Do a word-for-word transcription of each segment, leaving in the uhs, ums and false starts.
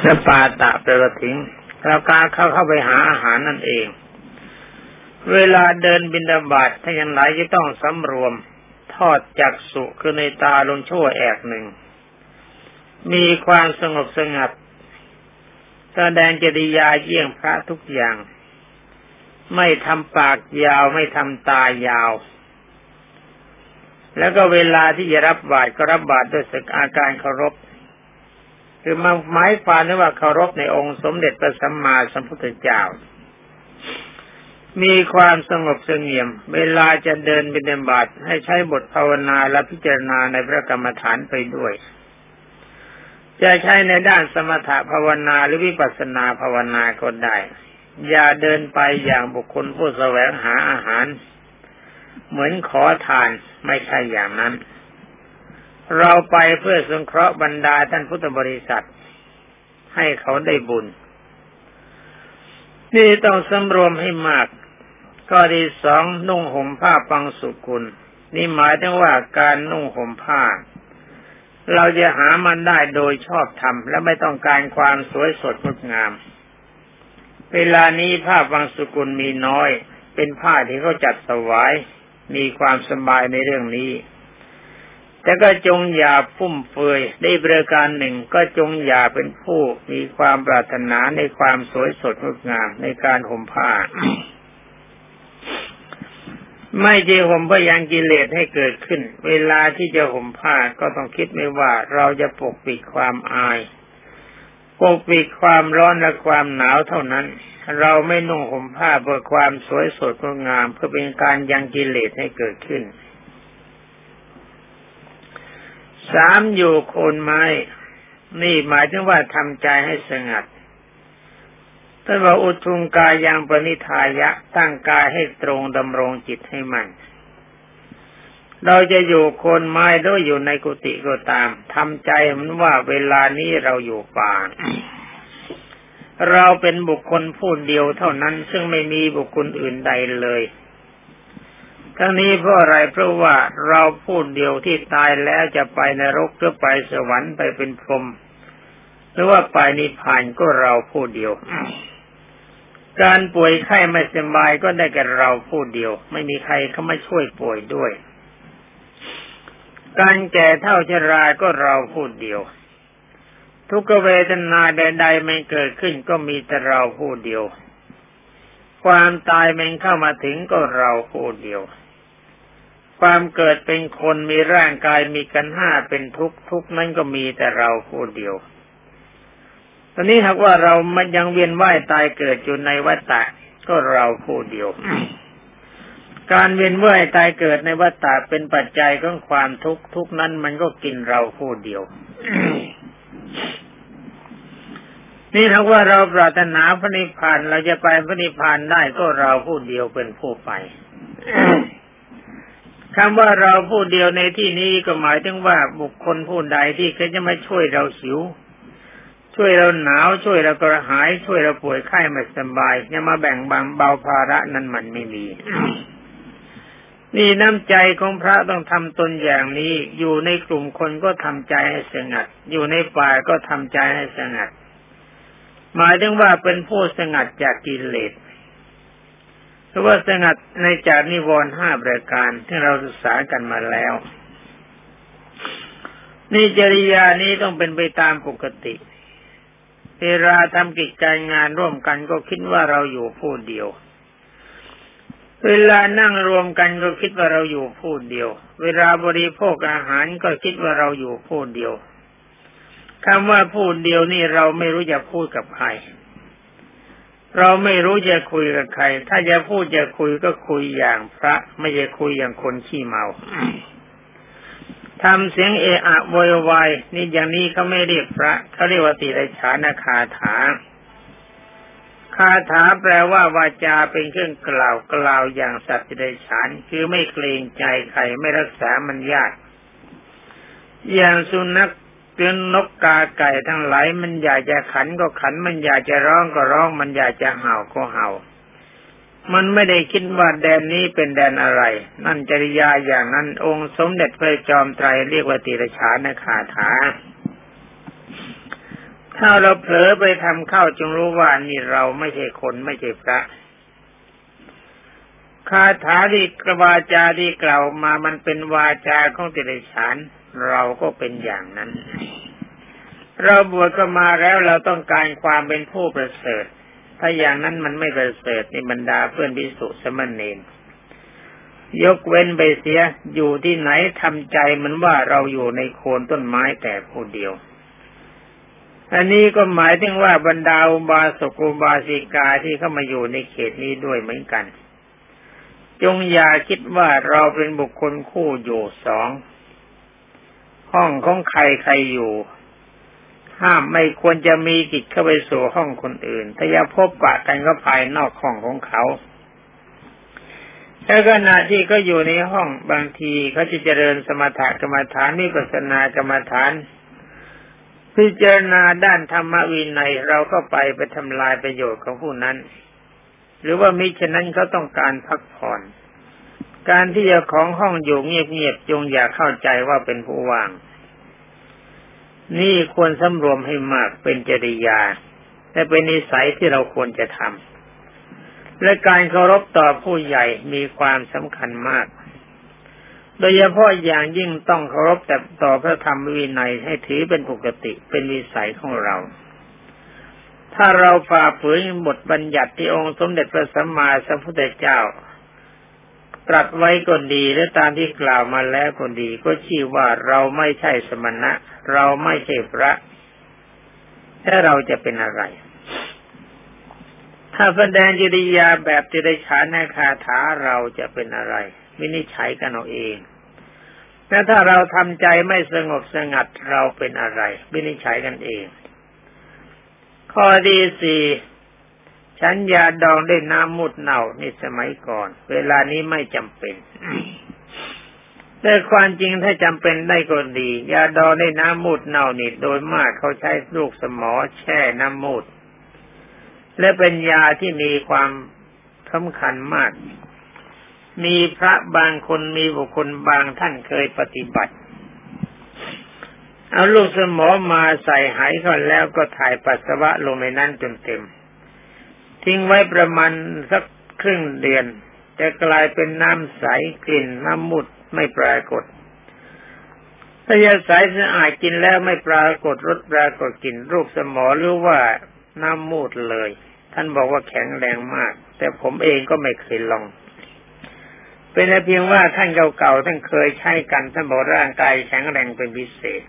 สปาตะแปลว่าทิ้งแล้วการเข้าเข้าไปหาอาหารนั่นเองเวลาเดินบิณฑบาตถ้าอย่างไรจะต้องสำรวมทอดจักษุคือในตาลงชั่วแอกหนึ่งมีความสงบสงัดแสดงจริยาเยี่ยงพระทุกอย่างไม่ทำปากยาวไม่ทำตายาวแล้วก็เวลาที่จะรับบาตรก็รับบาตรด้วยสึกอาการเคารพคือมาหมายความว่าเคารพในองค์สมเด็จพระสัมมาสัมพุทธเจ้ามีความสงบเสงี่ยมเวลาจะเดินบิณฑบาตให้ใช้บทภาวนาและพิจารณาในพระกรรมฐานไปด้วยจะใช้ในด้านสมถะภาวนาหรือวิปัสสนาภาวนาก็ได้อย่าเดินไปอย่างบุคคลผู้แสวงหาอาหารเหมือนขอทานไม่ใช่อย่างนั้นเราไปเพื่อสงเคราะห์บรรดาท่านพุทธบริษัทให้เขาได้บุญนี่ต้องสำรวมให้มากข้อที่สองนุ่งห่มผ้าปังสุกุลนี่หมายถึงว่าการนุ่งห่มผ้าเราจะหามันได้โดยชอบธรรมและไม่ต้องการความสวยสดงดงามเวลานี้ผ้าปังสุกุลมีน้อยเป็นผ้าที่เขาจัดถวายมีความสบายในเรื่องนี้แต่ก็จงอย่าฟุ่มเฟือยได้ประการหนึ่งก็จงอย่าเป็นผู้มีความปรารถนาในความสวยสดงดงามในการห่มผ้า ไม่ใช่ห่มเพื่อยังกิเลสให้เกิดขึ้นเวลาที่จะห่มผ้าก็ต้องคิดไม่ว่าเราจะปกปิดความอายปกปิดความร้อนและความหนาวเท่านั้นเราไม่นุ่งห่มผ้าเพื่อความสวยสดงดงามเพื่อเป็นการยังกิเลสให้เกิดขึ้นสามอยู่โคนไม้นี่หมายถึงว่าทำใจให้สงัดท่านว่าอุทุงกายังปณิธายะตั้งกายให้ตรงดำรงจิตให้มั่นเราจะอยู่โคนไม้หรืออยู่ในกุฏิก็ตามทำใจมันว่าเวลานี้เราอยู่ป่า เราเป็นบุคคลผู้เดียวเท่านั้นซึ่งไม่มีบุคคลอื่นใดเลยทั้งนี้เพราะอะไรเพราะว่าเราผู้เดียวที่ตายแล้วจะไปนรกหรือไปสวรรค์ไปเป็นพรหมหรือว่าไปนิพพานก็เราผู้เดียวการป่วยไข้ไม่สบายก็ได้แก่เราผู้เดียวไม่มีใครเข้ามาช่วยป่วยด้วยการแก่เฒ่าชราก็เราผู้เดียวทุกขเวทนาใดๆไม่เกิดขึ้นก็มีแต่เราผู้เดียวความตายมันเข้ามาถึงก็เราผู้เดียวความเกิดเป็นคนมีร่างกายมีกันห้าเป็นทุกข์ทุกข์นั้นก็มีแต่เราผู้เดียวตอนนี้หากว่าเรามันยังเวียนว่ายตายเกิดอยู่ในวัฏฏะก็เราผู้เดียว การเวียนว่ายตายเกิดในวัฏฏะเป็นปัจจัยของความทุกข์ทุกข์นั้นมันก็กินเราผู้เดียว นี่ถ้าว่าเราปรารถนาพระนิพพานเราจะไปพระนิพพานได้ก็เราผู้เดียวเป็นผู้ไป คำว่าเราผู้เดียวในที่นี้ก็หมายถึงว่าบุคคลผู้ใดที่เขาจะมาช่วยเราหิวช่วยเราหนาวช่วยเรากระหายช่วยเราป่วยไข้ไม่สบายจะมาแบ่งบางเบาภาระนั้นมันไม่มี นี่น้ำใจของพระต้องทำตนอย่างนี้อยู่ในกลุ่มคนก็ทำใจให้สงัดอยู่ในป่าก็ทำใจให้สงัดหมายถึงว่าเป็นผู้สงัดจากกิเลสหรือว่าสงัดในจากนิวรณ์ห้าประการที่เราศึกษากันมาแล้วนี่จริยานี้ต้องเป็นไปตามปกติเวลาทำกิจการงานร่วมกันก็คิดว่าเราอยู่ผู้เดียวเวลานั่งรวมกันก็คิดว่าเราอยู่ผู้เดียวเวลาบริโภคอาหารก็คิดว่าเราอยู่ผู้เดียวคำว่าพูดเดียวนี่เราไม่รู้จะพูดกับใครเราไม่รู้จะคุยกับใครถ้าจะพูดจะคุยก็คุยอย่างพระไม่ใช่คุยอย่างคนขี้เมาทำเสียงเอะอะโวยวายนี่อย่างนี้เขาไม่เรียกพระเขาเรียกว่าติไรฉานคาถาคาถาแปลว่าวาจาเป็นเครื่องกล่าวกล่าวอย่างสัตว์ติไรฉานคือไม่เกรงใจใครไม่รักษามันยากอย่างสุนัขเตือนนกกาไก่ทั้งหลายมันอยากจะขันก็ขันมันอยากจะร้องก็ร้องมันอยากจะเห่าก็เห่ามันไม่ได้คิดว่าแดนนี้เป็นแดนอะไรนั่นจริยาอย่างนั้นองค์สมเด็จพระจอมไตรเรียกว่าติรฉานคาถาทถ้าเราเผลอไปทำเข้าจงรู้ว่านี่เราไม่ใช่คนไม่ใช่พระคาถาที่กวาจาที่กล่าวมามันเป็นวาจาของเดรัจฉานเราก็เป็นอย่างนั้นเราบวชก็มาแล้วเราต้องการความเป็นผู้ประเสริฐถ้าอย่างนั้นมันไม่ประเสริฐในบรรดาเพื่อนภิกษุสมณเณรยกเว้นไปเสียอยู่ที่ไหนทำใจมันว่าเราอยู่ในโคนต้นไม้แต่ผู้เดียวอันนี้ก็หมายถึงว่าบรรดาอุบาสกอุบาสิกาที่เข้ามาอยู่ในเขตนี้ด้วยเหมือนกันจงอย่าคิดว่าเราเป็นบุคคลคู่อยู่สองห้องของใครใครอยู่ห้ามไม่ควรจะมีกิจเข้าไปสู่ห้องคนอื่นถ้าอย่าพบปะกันก็ภายนอกห้องของเขาแต่ขณะที่เขาอยู่ในห้องบางทีเขาจะเจริญสมถกรรมฐานวิปัสสนากรรมฐานพิจารณาด้านธรรมวินัยเราก็ไปไปทำลายประโยชน์ของผู้นั้นหรือว่ามิฉะนั้นเขาต้องการพักผ่อนการที่จะของห้องอยู่เงียบๆจงอย่าเข้าใจว่าเป็นผู้ว่างนี่ควรสำรวมให้มากเป็นจริยาและเป็นนิสัยที่เราควรจะทำและการเคารพต่อผู้ใหญ่มีความสำคัญมากโดยเฉพาะอย่างยิ่งต้องเคารพแต่ต่อพระธรรมวินัยให้ถือเป็นปกติเป็นวิสัยของเราถ้าเราฝ่าฝืนบทบัญญัติที่องค์สมเด็จพระสัมมาสัมพุทธเจ้าตรัสไว้ก็ดีและตามที่กล่าวมาแล้วก็ดีก็ชื่อว่าเราไม่ใช่สมณะเราไม่ใช่พระถ้าเราจะเป็นอะไรถ้าแสดงจริยาแบบติเดชานาคาถาเราจะเป็นอะไรวินิจฉัยกันเอาเองและถ้าเราทำใจไม่สงบสงัดเราเป็นอะไรวินิจฉัยกันเองข้อที่สี่ฉันยาดองด้วยน้ำมูดเน่านี่สมัยก่อนเวลานี้ไม่จำเป็น แต่ความจริงถ้าจำเป็นได้ก็ดียาดองด้วยน้ำมูดเน่านี่โดยมากเขาใช้ลูกสมอแช่น้ำมูดและเป็นยาที่มีความสำคัญมากมีพระบางคนมีบุคคลบางท่านเคยปฏิบัติเอาลูกสมอมาใส่ไหเข้าแล้วก็ถ่ายปัสสาวะลงในนั้นจนเต็มทิ้งไว้ประมาณสักครึ่งเดือนจะกลายเป็นน้ำใสกลิ่นน้ำมูดไม่ปรากฏถ้ายาใสสะอาดกินแล้วไม่ปรากฏรสปรากฏกลิ่นรูปสมอหรือว่าน้ำมูดเลยท่านบอกว่าแข็งแรงมากแต่ผมเองก็ไม่เคยลองเป็นแต่เพียงว่าท่านเก่าๆท่านเคยใช้กันท่านบอกร่างกายแข็งแรงเป็นพิเศษ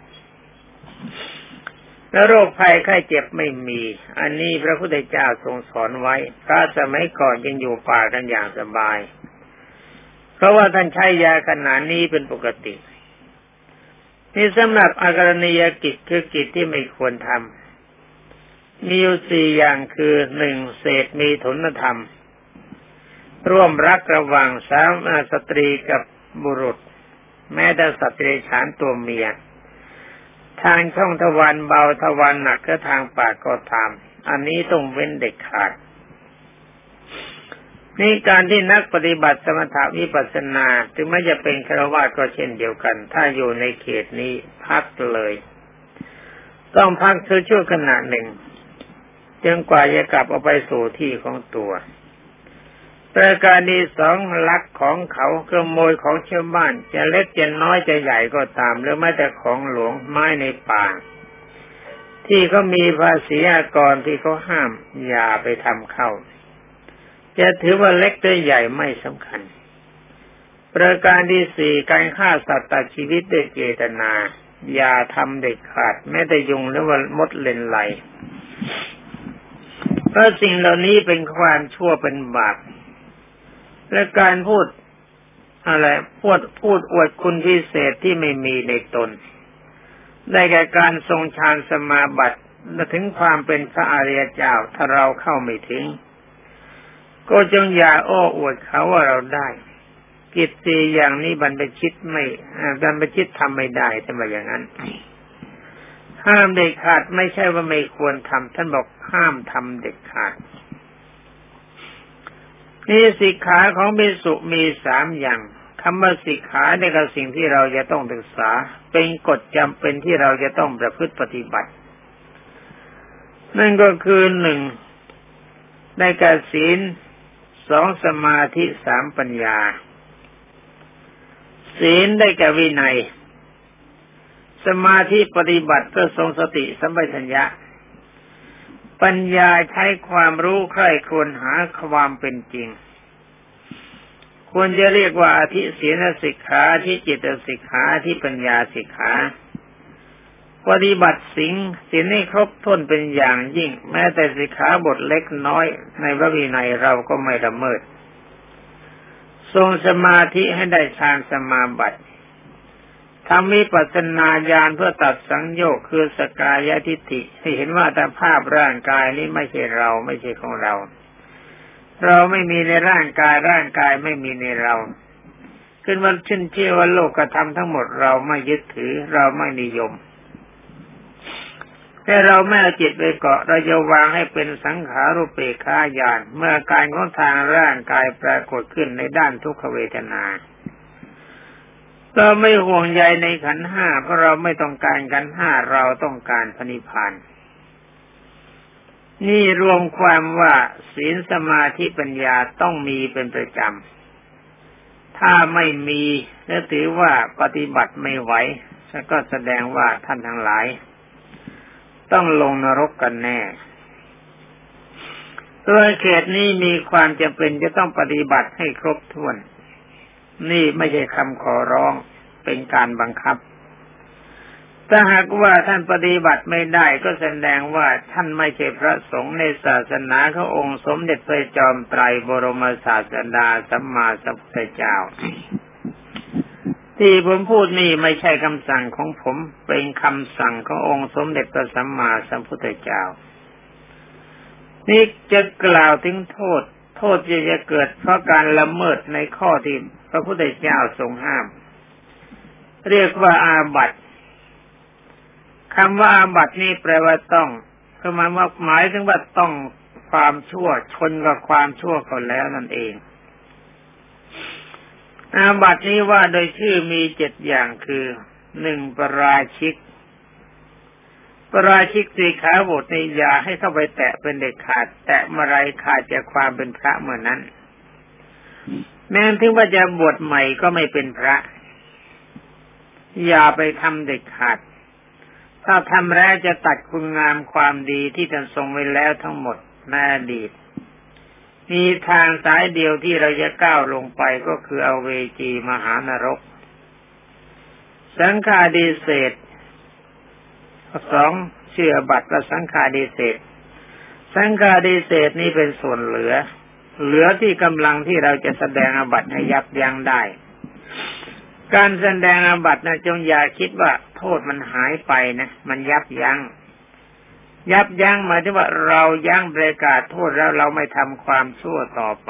แล้วโรคภัยไข้เจ็บไม่มีอันนี้พระพุทธเจ้าทรงสอนไว้พระสมัยก่อนยังอยู่ป่ากันอย่างสบายเพราะว่าท่านใช้ยาขนาดนี้เป็นปกตินี่สำหรับอาการณียกิจคือกิจที่ไม่ควรทำมีอยู่สี่อย่างคือหนึ่งเศษมีถุนธรรมร่วมรักระหว่างสาวสตรีกับบุรุษแม้แต่สัตว์เดรัจฉานตัวเมียทางช่องทวารเบาทวารหนักก็ทางปากก็ตามอันนี้ต้องเว้นเด็ดขาดนี่การที่นักปฏิบัติสมถะวิปัสสนาถึงแม้จะเป็นฆราวาสก็เช่นเดียวกันถ้าอยู่ในเขตนี้พักเลยต้องพักชั่วขณะหนึ่งจนกว่าจะกลับออกไปสู่ที่ของตัวประการที่สองลักของเขาขโมยของชาวบ้านจะเล็กจะน้อยจะใหญ่ก็ตามหรือแม้แต่ของหลวงไม้ในป่าที่เขามีภาษีอากรที่เขาห้ามอย่าไปทำเข้าจะถือว่าเล็กหรือใหญ่ไม่สำคัญประการที่สี่การฆ่าสัตว์ตัดชีวิตด้วยเจตนาอย่าทำเด็ดขาดแม้แต่ยุงหรือว่ามดเล็นไหลเพราะสิ่งเหล่านี้เป็นความชั่วเป็นบาปและการพูดอะไรพูดพูดอวดคุณพิเศษที่ไม่มีในตนได้แก่การทรงฌานสมาบัติถึงความเป็นพระอริยเจ้าถ้าเราเข้าไม่ถึงก็จงอย่าโอ้อวดเขาว่าเราได้กิจสี่อย่างนี้บรรพชิตไม่บรรพชิตทำไม่ได้ท่านบอกอย่างนั้นห้ามเด็ดขาดไม่ใช่ว่าไม่ควรทำท่านบอกห้ามทำเด็ดขาดนี่สิกขาของภิกษุมีสามอย่างคำว่าสิกขาเนี่ยก็สิ่งที่เราจะต้องศึกษาเป็นกฎจำเป็นที่เราจะต้องประพฤติปฏิบัตินั่นก็คือหนึ่งได้แก่ศีลสองสมาธิสามปัญญาศีลได้แก่วินัยสมาธิปฏิบัติเพื่อทรงสติสัมปชัญญะปัญญาใช้ความรู้ใคร่ครวญหาความเป็นจริงควรจะเรียกว่าอธิศีลสิกขาอธิจิตสิกขาอธิปัญญาสิกขาปฏิบัติศีลศีลให้ครบถ้วนเป็นอย่างยิ่งแม้แต่สิกขาบทเล็กน้อยในพระวินัยเราก็ไม่ละเมิดทรงสมาธิให้ได้ฌานสมาบัติทำวิปัสสนาญาณเพื่อตัดสังโยชน์คือสกายทิฏฐิให้เห็นว่าแต่ภาพร่างกายนี้ไม่ใช่เราไม่ใช่ของเราเราไม่มีในร่างกายร่างกายไม่มีในเราขึ้นว่าชื่นเชื่อว่าโลกธรรมทั้งหมดเราไม่ยึดถือเราไม่นิยมแต่เราไม่เอาจิตไปเกาะเราจะวางให้เป็นสังขารุปเปกขาญาณเมื่อการของทางร่างกายปรากฏขึ้นในด้านทุกขเวทนาเราไม่ห่วงใยในขันธ์ห้าเพราะเราไม่ต้องการขันธ์ห้าเราต้องการพระนิพพานนี่รวมความว่าศีลสมาธิปัญญาต้องมีเป็นประจำถ้าไม่มีและถือว่าปฏิบัติไม่ไหวก็แสดงว่าท่านทั้งหลายต้องลงนรกกันแน่โดยเขตนี้มีความจำเป็นจะต้องปฏิบัติให้ครบถ้วนนี่ไม่ใช่คำขอร้องเป็นการบังคับถ้าหากว่าท่านปฏิบัติไม่ได้ก็แสดงว่าท่านไม่ใช่พระสงฆ์ในศาสนาขององค์สมเด็จพระจอมไตรบรมศาสดาสัมมาสัมพุทธเจ้าที่ผมพูดนี่ไม่ใช่คำสั่งของผมเป็นคำสั่งขององค์สมเด็จพระสัมมาสัมพุทธเจ้านี่จะกล่าวถึงโทษโทษที่จะเกิดเพราะการละเมิดในข้อที่พระพุทธเจ้าทรงห้ามเรียกว่าอาบัติคำว่าอาบัตินี่แปลว่าต้องคือหมายว่าหมายถึงว่าต้องความชั่วชนกับความชั่วก่อนแล้วนั่นเองอาบัตินี้ว่าโดยชื่อมีเจ็ดอย่างคือหนึ่งปราชิกปราชิกสีขาบทในอย่าให้เข้าไปแตะเป็นเด็ดขาดแตะเมื่อไรขาดจากความเป็นพระเมื่อนั้นแม้ถึงว่าจะบวชใหม่ก็ไม่เป็นพระอย่าไปทำเด็ดขาดถ้าทำแล้วจะตัดคุณงามความดีที่ท่านทรงไว้แล้วทั้งหมดในอดีตมีทางสายเดียวที่เราจะก้าวลงไปก็คืออเวจีมหานรกสังฆาดิเศษสองเชื่อบัตรและสังฆาดิเศษสังฆาดิเศษนี้เป็นส่วนเหลือเหลือที่กำลังที่เราจะแสดงอาบัติให้ยับยั้งได้การแสดงอาบัตินะจงอย่าคิดว่าโทษมันหายไปนะมันยับยั้งยับยั้งหมายถึงว่าเรายั้งประกาศโทษแล้วเราไม่ทำความชั่วต่อไป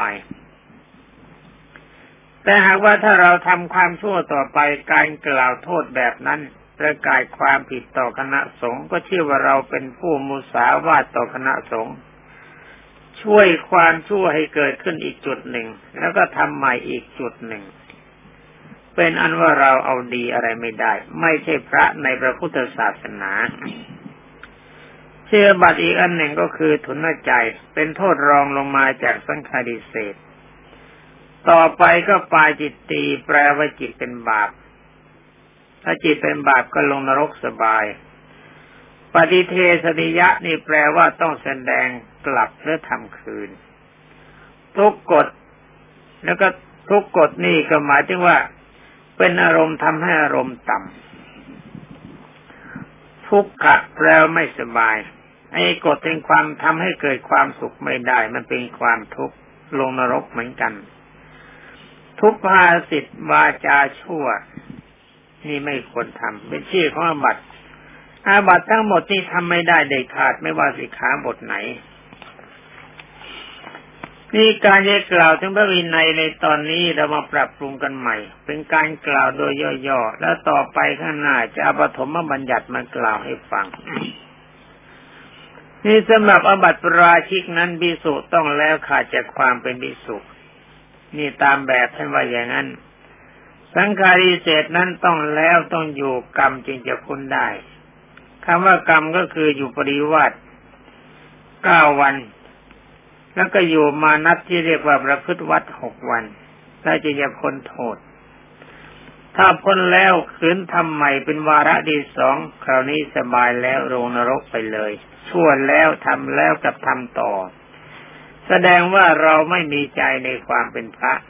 แต่หากว่าถ้าเราทำความชั่วต่อไปการกล่าวโทษแบบนั้นประกาศความผิดต่อคณะสงฆ์ก็ชื่อว่าเราเป็นผู้มุสาวาทต่อคณะสงฆ์ช่วยความชั่วให้เกิดขึ้นอีกจุดหนึ่งแล้วก็ทำใหม่อีกจุดหนึ่งเป็นอันว่าเราเอาดีอะไรไม่ได้ไม่ใช่พระในพระพุทธศาสนาเชื่อบัตรอีกอันหนึ่งก็คือทุนใจเป็นโทษรองลงมาจากสังฆาดิเศษต่อไปก็ปาจิตตีแปลว่าจิตเป็นบาปถ้าจิตเป็นบาปก็ลงนรกสบายปฏิเทสนิยะนี่แปลว่าต้องแสดงกลับหรือทำคืนทุกกฎแล้วก็ทุกกฎนี่ก็หมายถึงว่าเป็นอารมณ์ทำให้อารมณ์ต่ำทุกขะแปลว่าไม่สบายไอ้กฎเป็นความทำให้เกิดความสุขไม่ได้มันเป็นความทุกข์ลงนรกเหมือนกันทุพภาสิทธิ์วาจาชั่วนี่ไม่ควรทำเป็นชื่อของอาบัติอาบัติทั้งหมดที่ทำไม่ได้เด็ดขาดไม่ว่าสิกขาบทไหนนี่การจะกล่าวถึงพระวินัยในตอนนี้เรามาปรับปรุงกันใหม่เป็นการกล่าวโดยย่อๆแล้วต่อไปข้างหน้าจะเอาปฐมบัญญัติมากล่าวให้ฟังนี่สำหรับอาบัติปราชิกนั้นภิกษุต้องแล้วขาดจากความเป็นภิกษุนี่ตามแบบท่านว่าอย่างนั้นสังฆาดิเศษนั้นต้องแล้วต้องอยู่กรรมจึงจะพ้นได้คำว่ากรรมก็คืออยู่ปริวาสเก้าวันแล้วก็อยู่มานัดที่เรียกว่าประพฤติวัดหกวันแล้วจะจะพ้นโทษถ้าพ้นแล้วขืนทำใหม่เป็นวาระที่สองคราวนี้สบายแล้วลงนรกไปเลยชั่วแล้วทำแล้วกับทำต่อแสดงว่าเราไม่มีใจในความเป็นพระ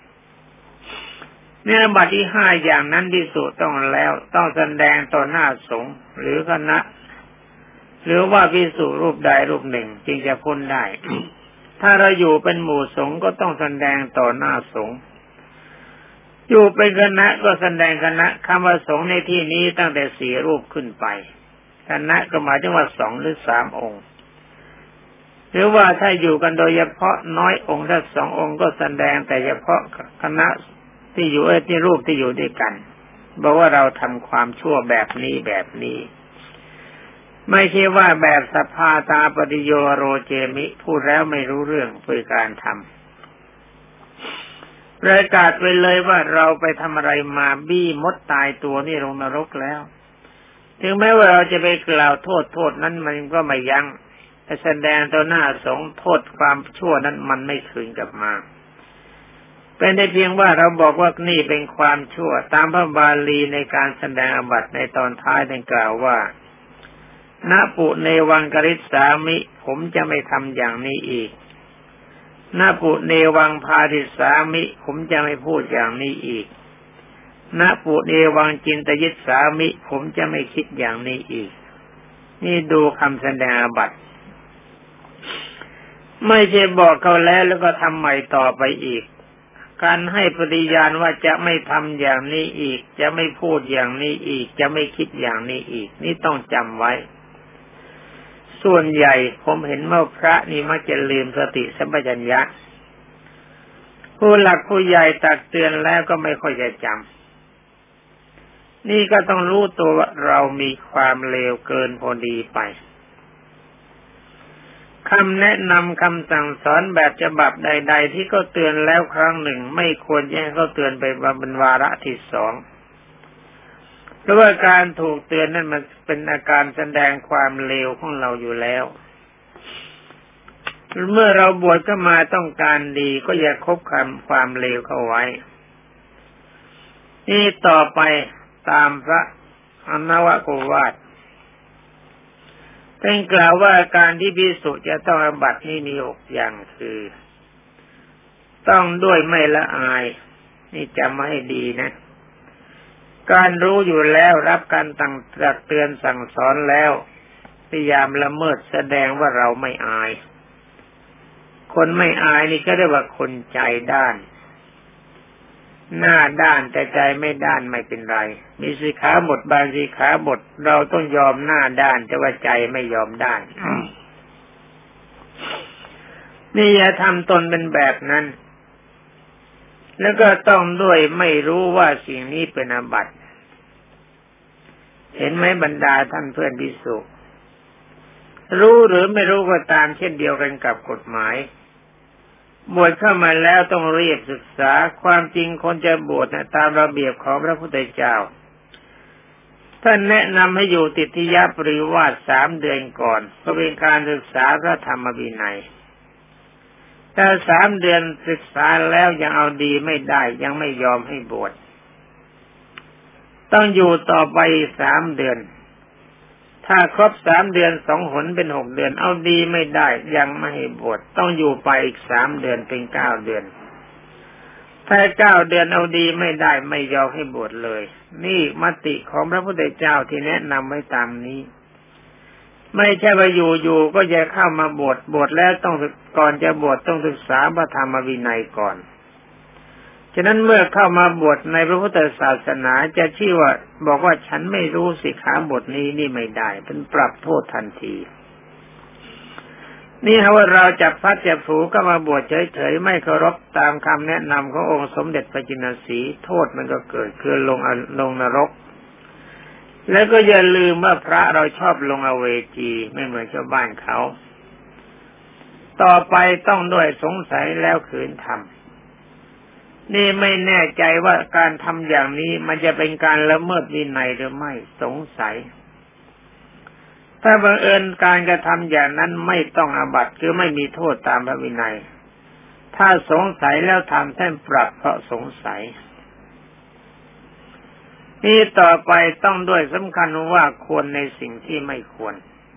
เนื้อบัตรที่ห้าอย่างนั้นที่สุดต้องแล้วต้องแสดงต่อหน้าสงฆ์หรือคณะหรือว่าภิกษุรูปใดรูปหนึ่งจึงจะพ้นได้ ถ้าเราอยู่เป็นหมู่สงฆ์ก็ต้องแสดงต่อหน้าสงฆ์อยู่เป็นคณะก็แสดงคณะคำว่าสงฆ์ในที่นี้ตั้งแต่สี่รูปขึ้นไปคณะก็หมายถึงว่าสองหรือสามองค์หรือว่าถ้าอยู่กันโดยเฉพาะน้อยองค์ถ้าสององค์ก็แสดงแต่เฉพาะคณะที่อยู่ไอ้ที่รูปที่อยู่ด้วยกันบอกว่าเราทำความชั่วแบบนี้แบบนี้ไม่ใช่ว่าแบบสภาตาปฏิโยโรเจมิพูดแล้วไม่รู้เรื่องโดยการทำประกาศไปเลยว่าเราไปทำอะไรมาบี้มดตายตัวนี่ลงนรกแล้วถึงแม้ว่าเราจะไปกล่าวโทษโทษนั้นมันก็ไม่ยั้งแต่แสดงต่อหน้าสงฆ์โทษความชั่วนั้นมันไม่คืนกลับมาเป็นได้เพียงว่าเราบอกว่านี่เป็นความชั่วตามพระบาลีในการแสดงอาบัติในตอนท้ายได้กล่าวว่าณปุเนวังกริสามิผมจะไม่ทำอย่างนี้อีกณปุเนวังพาทิสามิผมจะไม่พูดอย่างนี้อีกณปุเนวังจินตยิสสามิผมจะไม่คิดอย่างนี้อีกนี่ดูคำแสดงอาบัติไม่ใช่บอกเขาแล้วแล้วก็ทำใหม่ต่อไปอีกการให้ปฏิญาณว่าจะไม่ทำอย่างนี้อีกจะไม่พูดอย่างนี้อีกจะไม่คิดอย่างนี้อีกนี่ต้องจำไว้ส่วนใหญ่ผมเห็นว่าพระนี่มักจะลืมสติสัมปชัญญะผู้หลักผู้ใหญ่ตักเตือนแล้วก็ไม่ค่อยจะจำนี่ก็ต้องรู้ตัวว่าเรามีความเลวเกินพอดีไปคำแนะนำคำสั่งสอนแบบฉบับใดๆที่เขาเตือนแล้วครั้งหนึ่งไม่ควรจะให้เขาเตือนไปเป็นวาระที่สองเพราะว่าการถูกเตือนนั้นมันเป็นอาการแสดงความเลวของเราอยู่แล้วเมื่อเราบวชก็มาต้องการดีก็อย่าคบคำความเลวเข้าไว้นี่ต่อไปตามพระอนวโกวาทท่านกล่าวว่าการที่ภิกษุจะต้องอาบัตินี้มีหกอย่างคือต้องด้วยไม่ละอายนี่จำมาให้ดีนะการรู้อยู่แล้วรับการตักเตือนสั่งสอนแล้วพยายามละเมิดแสดงว่าเราไม่อายคนไม่อายนี่ก็เรียกว่าคนใจด้านหน้าด้านแต่ใจไม่ด้านไม่เป็นไรมีสิกขาบทบางสิกขาบทเราต้องยอมหน้าด้านแต่ว่าใจไม่ยอมด้านนี่อย่าทำตนเป็นแบบนั้นแล้วก็ต้องด้วยไม่รู้ว่าสิ่งนี้เป็นอาบัติเห็นไหมบรรดาท่านเพื่อนภิกษุรู้หรือไม่รู้ก็ตามเช่นเดียวกันกับกฎหมายบวชเข้ามาแล้วต้องเรียนศึกษาความจริงคนจะบวชนะตามระเบียบของพระพุทธเจ้าท่านแนะนำให้อยู่ติทิยปริวาสสามเดือนก่อนก็เป็นการศึกษาพระธรรมวินัยแต่สามเดือนศึกษาแล้วยังเอาดีไม่ได้ยังไม่ยอมให้บวชต้องอยู่ต่อไปสามเดือนถ้าครบสามเดือนสองหนเป็นหกเดือนเอาดีไม่ได้ยังไม่ให้บวชต้องอยู่ไปอีกสามเดือนเป็นเก้าเดือนถ้าเก้าเดือนเอาดีไม่ได้ไม่ยอมให้บวชเลยนี่มติของพระพุทธเจ้าที่แนะนำไว้ตามนี้ไม่ใช่ว่าอยู่ๆก็จะเข้ามาบวชบวชแล้วต้องก่อนจะบวชต้องศึกษาพระธรรมวินัยก่อนฉะนั้นเมื่อเข้ามาบวชในพระพุทธศาสนาจะชื่อว่าบอกว่าฉันไม่รู้สิกขาบทนี้นี่ไม่ได้เป็นปรับโทษทันทีนี่ฮะว่าเราจับพัดจับผูก็มาบวชเฉยๆไม่เคารพตามคำแนะนำขององค์สมเด็จพระจินสีโทษมันก็เกิดคือลงลงนรกแล้วก็อย่าลืมว่าพระเราชอบลงอเวจีไม่เหมือนชาวบ้านเขาต่อไปต้องด้วยสงสัยแล้วขืนทำนี่ไม่แน่ใจว่าการทำอย่างนี้มันจะเป็นการละเมิดวินัยหรือไม่สงสัยถ้าบังเอิญการกระทำอย่างนั้นไม่ต้องอาบัติคือไม่มีโทษตามพระวินัยถ้าสงสัยแล้วทำแท่นปรับเพราะสงสัยนี่ต่อไปต้องด้วยสำคัญว่าควรในสิ่งที่ไม่ควร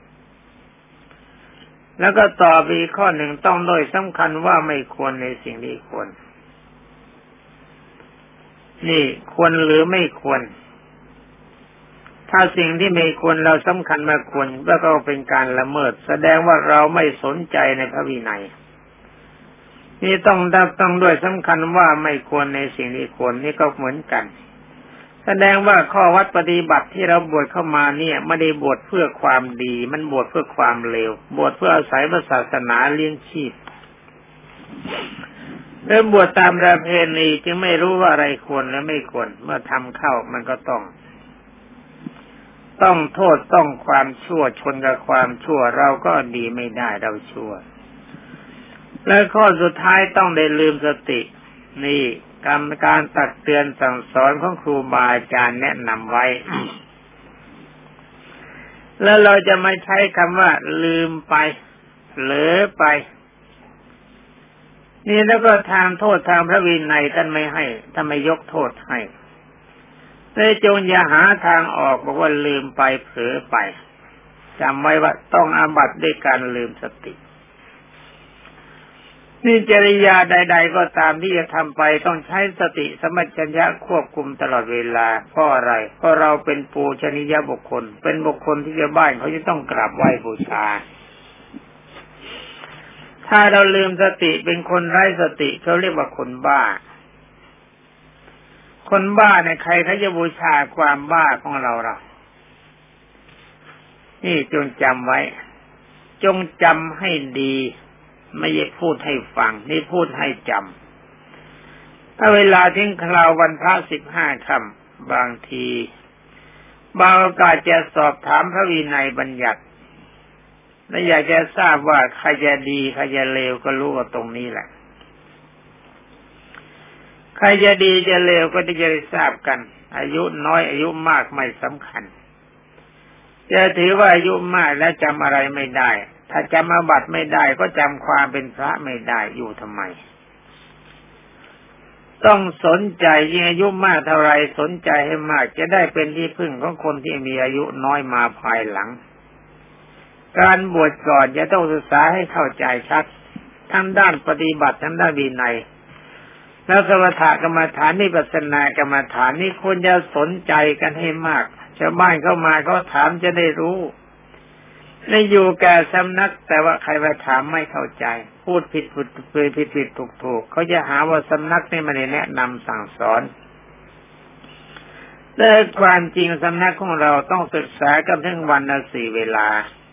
แล้วก็ต่อไปอีกข้อหนึ่งต้องด้วยสำคัญว่าไม่ควรในสิ่งที่ควรนี่ควรหรือไม่ควรถ้าสิ่งที่ไม่ควรเราสำคัญมาควรแล้วก็เป็นการละเมิดแสดงว่าเราไม่สนใจในพระวินัยนี่ต้องต้องด้วยสำคัญว่าไม่ควรในสิ่งที่ควรนี่ก็เหมือนกันแสดงว่าข้อวัดปฏิบัติที่เราบวชเข้ามาเนี่ยไม่ได้บวชเพื่อความดีมันบวชเพื่อความเลวบวชเพื่ออาศัยศาสนาเลี้ยงชีพเริ่มบวชตามประเพณีจึงไม่รู้ว่าอะไรควรและไม่ควรเมื่อทำเข้ามันก็ต้องต้องโทษต้องความชั่วชนกับความชั่วเราก็ดีไม่ได้เราชั่วและข้อสุดท้ายต้องได้ลืมสตินี่กรรมการตักเตือนสั่งสอนของครูบาอาจารย์แนะนำไว้ แล้วเราจะไม่ใช้คำว่าลืมไปเผลอไปนี่แล้วก็ทางโทษทางพระวินัยท่านไม่ให้ท่านไม่ยกโทษให้แต่จงอย่าหาทางออกบอกว่าลืมไปเผลอไปจำไว้ว่าต้องอาบัติด้วยการลืมสตินี่จริยาใดๆก็ตามที่จะทำไปต้องใช้สติสัมปชัญญะควบคุมตลอดเวลาเพราะอะไรเพราะเราเป็นปูชนียบุคคลเป็นบุคคลที่ชาวบ้านเขาจะต้องกราบไหว้บูชาถ้าเราลืมสติเป็นคนไร้สติเขาเรียกว่าคนบ้าคนบ้าเนี่ยใครเขาจะบูชาความบ้าของเราเรานี่จงจำไว้จงจำให้ดีไม่ใช่พูดให้ฟังนี่พูดให้จำถ้าเวลาทิ้งคราววันพระสิบห้าค่ำบางทีบางโอกาสจะสอบถามพระวินัยบัญญัติและอยากจะทราบว่าใครจะดีใครจะเลวก็รู้ว่าตรงนี้แหละใครจะดีจะเลวก็จะได้ทราบกันอายุน้อยอายุมากไม่สำคัญจะถือว่าอายุมากแล้วจำอะไรไม่ได้ถ้าจำอาบัติไม่ได้ก็จำความเป็นพระไม่ได้อยู่ทำไมต้องสนใจยิ่งอายุมากเท่าไรสนใจให้มากจะได้เป็นที่พึ่งของคนที่มีอายุน้อยมาภายหลังการบวชก่อนจะต้องศึกษาให้เข้าใจชัดทั้งด้านปฏิบัติทั้งด้านวินัยแล้วสมถกรรมฐานวิปัสสนากรรมฐานนี่ควรจะสนใจกันให้มากชาวบ้านเข้ามาเขาถามจะได้รู้ในอยู่แก่สำนักแต่ว่าใครมาถามไม่เข้าใจพูดผิดผิดผิดผิดผิดถูกถูกเขาจะหาว่าสำนักนี่ไม่ได้แนะนำสั่งสอนแต่ความจริงสำนักของเราต้องศึกษากันทั้งวันละสี่เวลา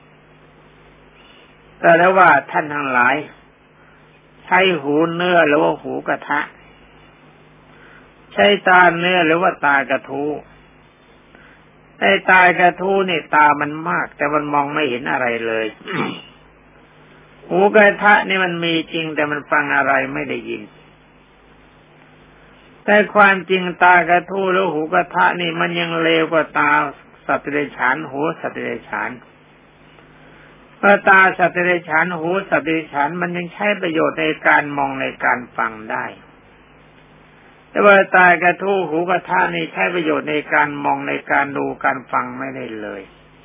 แต่แล้วว่าท่านทั้งหลายใช้หูเนื้อหรือว่าหูกระทะใช้ตาเนื้อหรือว่าตากระทูไอ้ตากระทูนี่ตามันมากแต่มันมองไม่เห็นอะไรเลย หูกระทะนี่มันมีจริงแต่มันฟังอะไรไม่ได้ยินแต่ความจริงตากระทูหรือหูกระทะนี่มันยังเลวกว่าตาสัตว์เดรัจฉานหูสัตว์เดรัจฉานเพราะตาสัตว์เดรัจฉานหูสัตว์เดรัจฉานมันยังใช้ประโยชน์ในการมองในการฟังได้แต่ว่าตากระทู้หูกระทะนี่ใช้ประโยชน์ในการมองในการดูการฟังไม่ได้เลย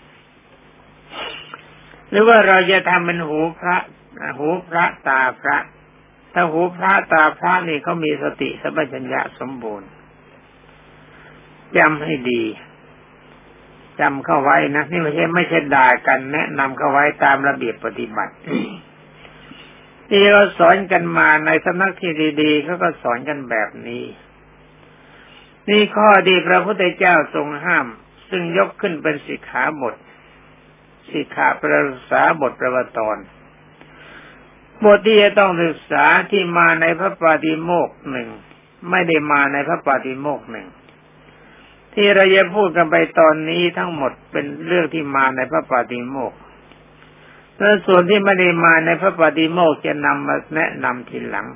หรือว่าเราจะทำเป็นหูพระหูพระตาพระถ้าหูพระตาพระนี่เขามีสติสัมปชัญญะสมบูรณ์จำให้ดีจำเข้าไว้นะนี่ไม่ใช่ไม่ใช่ด่ากันแนะนำเข้าไว้ตามระเบียบปฏิบัติที่เราสอนกันมาในสำนักที่ดีๆเขาก็สอนกันแบบนี้นี่ข้อดีพระพุทธเจ้าทรงห้ามซึ่งยกขึ้นเป็นสิกขาบทสิกขาปริษาบทประวัติตอนบทที่จะต้องศึกษาที่มาในพระปาฏิโมกข์หนึ่งไม่ได้มาในพระปาฏิโมกข์หนึ่งที่เราจะพูดกันไปตอนนี้ทั้งหมดเป็นเรื่องที่มาในพระปาฏิโมกข์และส่วนที่ไม่ได้มาในพระปาฏิโมกข์จะนำมาแนะนำทีหลัง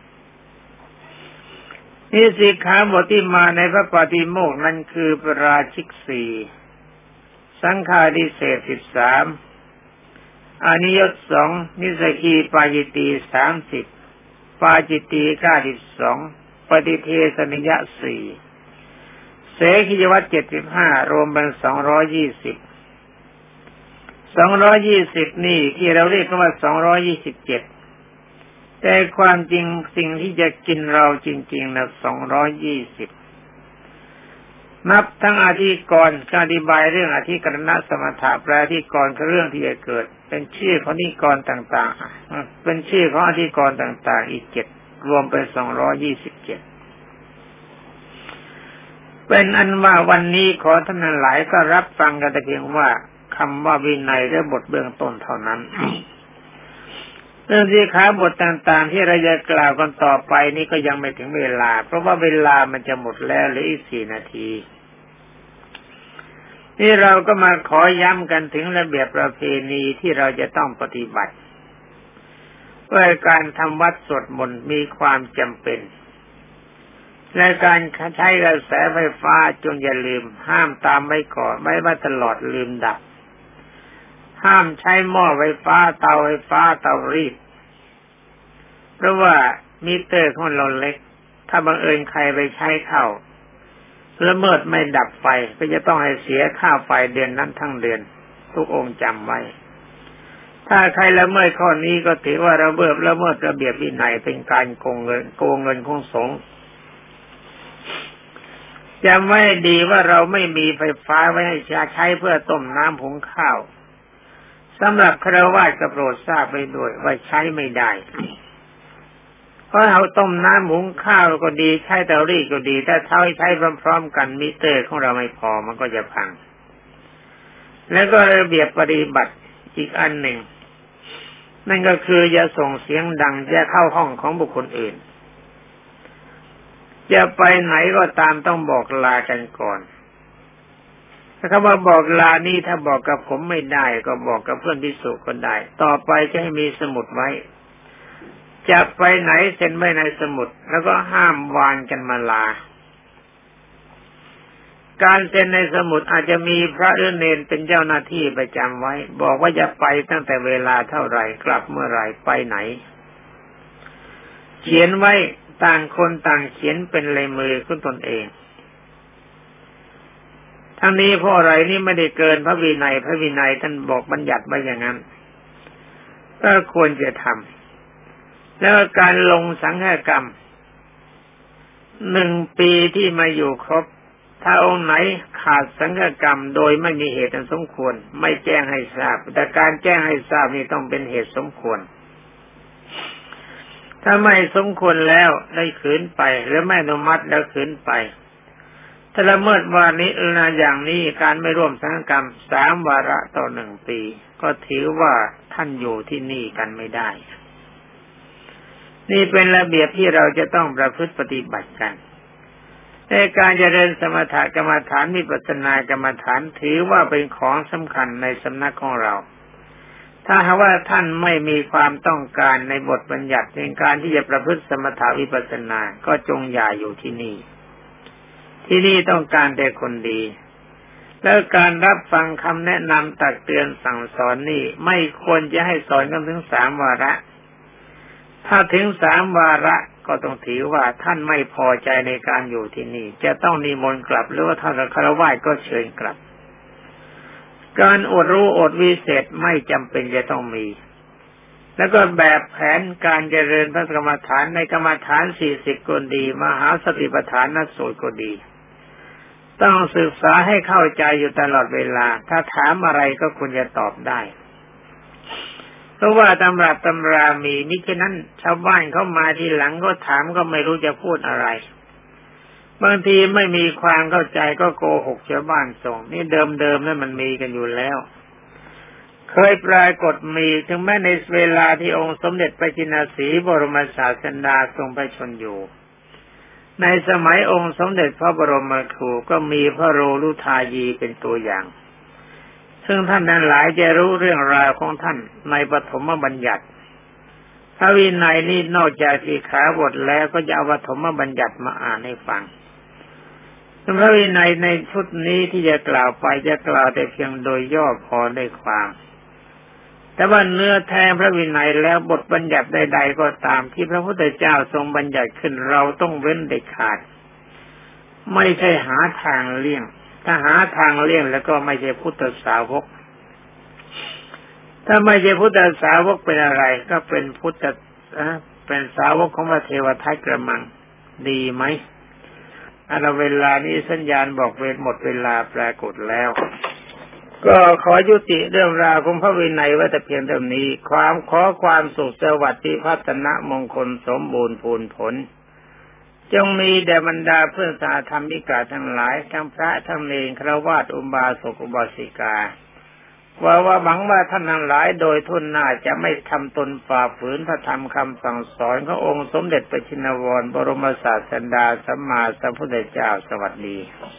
นี่สิกขาบทที่มาในพระปาฏิโมกข์นั้นคือปราชิกสี่สังฆาทิเศษสิบสามอานิยตสองนิสกีปาจิตีสามสิบปาจิตีเก้าสิบสองปฏิเทสนิยะสี่เสขียวัตรเจ็ดสิบห้ารวมเป็นสองร้อยยี่สิบสองร้อยยี่สิบนี่ที่เราเรียกว่าสองร้อยยี่สิบเจ็ดแต่ความจริงสิ่งที่จะกินเราจริงๆนะสองร้อยยี่สิบนับทั้งอธิกรณ์การอธิบายเรื่องอธิกรณสมถะแปลอธิกรณ์คือเรื่องที่จะเกิดเป็นชื่อของอธิกรณ์ต่างๆเป็นชื่อของอธิกรณ์ต่างๆอีกเจ็ดรวมเป็นสองร้อยยี่สิบเจ็ดเป็นอันว่าวันนี้ขอท่านหลายก็รับฟังกันแต่เพียงว่าคำว่าวินัยและบทเบื้องต้นเท่านั้นเรื่องที่ขาบทต่างๆที่เราจะกล่าวกันต่อไปนี่ก็ยังไม่ถึงเวลาเพราะว่าเวลามันจะหมดแล้วเหลืออีกสี่นาทีนี่เราก็มาขอย้ำกันถึงระเบียบประเพณีที่เราจะต้องปฏิบัติว่าการทำวัดสวดมนต์มีความจำเป็นและการใช้กระแสไฟฟ้าจงอย่าลืมห้ามตามไว้ก่อนไม่ว่าตลอดลืมดับห้ามใช้หม้อไฟฟ้าเตาไฟฟ้าเตารีดเพราะว่ามิเตอร์ของเราเล็กถ้าบังเอิญใครไปใช้เข้าละเมิดไม่ดับไฟก็จะต้องให้เสียค่าไฟเดือนนั้นทั้งเดือนทุกองค์จำไว้ถ้าใครละเมิดข้อนี้ก็ถือว่าระเบิดละเมิดระเบียบวินัยเป็นการโกงเงินโกงเงินของสงฆ์จำไว้ดีว่าเราไม่มีไฟฟ้าไว้ให้ใช้เพื่อต้มน้ำหุงข้าวสำหรับฆราวาสก็โปรดทราบไว้ด้วยว่าใช้ไม่ได้เพราะเราต้มน้ำหุงข้าวก็ดีใช้เตารีดก็ดีถ้าเท่าใช้พร้อมๆกันมิเตอร์ของเราไม่พอมันก็จะพังแล้วก็ระเบียบปฏิบัติอีกอันหนึ่งนั่นก็คืออย่าส่งเสียงดังอย่าเข้าห้องของบุคคลอื่นจะไปไหนก็ตามต้องบอกลากันก่อนถ้าคำว่าบอกลานี่ถ้าบอกกับผมไม่ได้ก็บอกกับเพื่อนภิกษุก็ได้ต่อไปจะให้มีสมุดไว้จะไปไหนเซ็นไว้ในสมุดแล้วก็ห้ามวานกันมาลาการเซ็นในสมุดอาจจะมีพระหรือเณรเป็นเจ้าหน้าที่ประจำไว้บอกว่าจะไปตั้งแต่เวลาเท่าไหร่กลับเมื่อไหร่ไปไหนเขียนไว้ต่างคนต่างเขียนเป็นลายมือของตนเองทั้งนี้เพราะอะไรนี่ไม่ได้เกินพระวินัยพระวินัยท่านบอกบัญญัติไว้อย่างนั้นก็ควรจะทำแล้วการลงสังฆกรรมหนึ่งปีที่มาอยู่ครบถ้าองค์ไหนขาดสังฆกรรมโดยไม่มีเหตุอันสมควรไม่แจ้งให้ทราบแต่การแจ้งให้ทราบนี่ต้องเป็นเหตุสมควรถ้าไม่สมควรแล้วได้ขืนไปหรือไม่อนุมัติแล้วขืนไปถ้าละเมิดวานิลอย่างนี้การไม่ร่วมสังฆกรรมสามวาระต่อหนึ่งปีก็ถือว่าท่านอยู่ที่นี่กันไม่ได้นี่เป็นระเบียบที่เราจะต้องประพฤติปฏิบัติกันในการเจริญสมถกรรมฐานวิปัสสนากรรมฐานถือว่าเป็นของสำคัญในสำนักของเราถ้าหากว่าท่านไม่มีความต้องการในบทบัญญัติในการที่จะประพฤติสมถะวิปัสสนาก็จงอย่าอยู่ที่นี่ที่นี่ต้องการแต่คนดีแล้วการรับฟังคำแนะนำตักเตือนสั่งสอนนี่ไม่ควรจะให้สอนกันถึงสามวาระถ้าถึงสามวาระก็ต้องถือว่าท่านไม่พอใจในการอยู่ที่นี่จะต้องนิมนต์กลับหรือว่าท่านฆราวาสก็เชิญกลับการอดรู้อดวิเศษไม่จำเป็นจะต้องมีแล้วก็แบบแผนการเจริญพระกรรมฐานในกรรมฐานสี่สิบก็ดีมหาสติปัฏฐานนัสูตรก็ดีต้องศึกษาให้เข้าใจอยู่ตลอดเวลาถ้าถามอะไรก็ควรจะตอบได้เพราะว่าตำรับตำรามีมิฉะนั้นชาวบ้านเขามาทีหลังก็ถามก็ไม่รู้จะพูดอะไรบางทีไม่มีความเข้าใจก็โกหกชาวบ้านส่งนี่เดิมๆนั่นมันมีกันอยู่แล้วเคยปรากฏมีถึงแม้ในเวลาที่องค์สมเด็จพระจินสีบรมศาสดาทรงพระชนอยู่ในสมัยองค์สมเด็จพระบรมครูก็มีพระโรลุทายีเป็นตัวอย่างซึ่งท่านนั้นหลายจะรู้เรื่องราวของท่านในปฐมบัญญัติพระวินัยนี่นอกจากสิกขาบทแล้วก็จะเอาปฐมบัญญัติมาอ่านให้ฟังพระวินัยในชุดนี้ที่จะกล่าวไปจะกล่าวแต่เพียงโดยย่อพอได้ความแต่ว่าเนื้อแท้พระวินัยแล้วบทบัญญัติใดๆก็ตามที่พระพุทธเจ้าทรงบัญญัติขึ้นเราต้องเว้นเด็ดขาดไม่ใช่หาทางเลี่ยงถ้าหาทางเลี่ยงแล้วก็ไม่ใช่พุทธสาวกถ้าไม่ใช่พุทธสาวกเป็นอะไรก็เป็นพุทธเป็นสาวกของพระเทวทัตกระมังดีไหมอันเวลานี้สัญญาณบอกเวลหมดเวลาปรากฏแล้วก็ขอยุติเรื่องราวของพระวินัยไว้แต่เพียงเท่านี้ความขอความสุขสวัสดิ์พัฒนมงคลสมบูรณ์พูนผลจงมีแด่บรรดาเพื่อนสาธรรมิกาทั้งหลายทั้งพระทั้งเณรฆราวาสอุบาสกอุบาสิกาว่าว่าหวังว่าท่านทั้งหลายโดยทุนหน้าจะไม่ทำตนฝ่าฝืนพระธรรมคำสั่งสอนขององค์สมเด็จพระชินวรบรมศาสดาสัมมาสัมพุทธเจ้าสวัสดี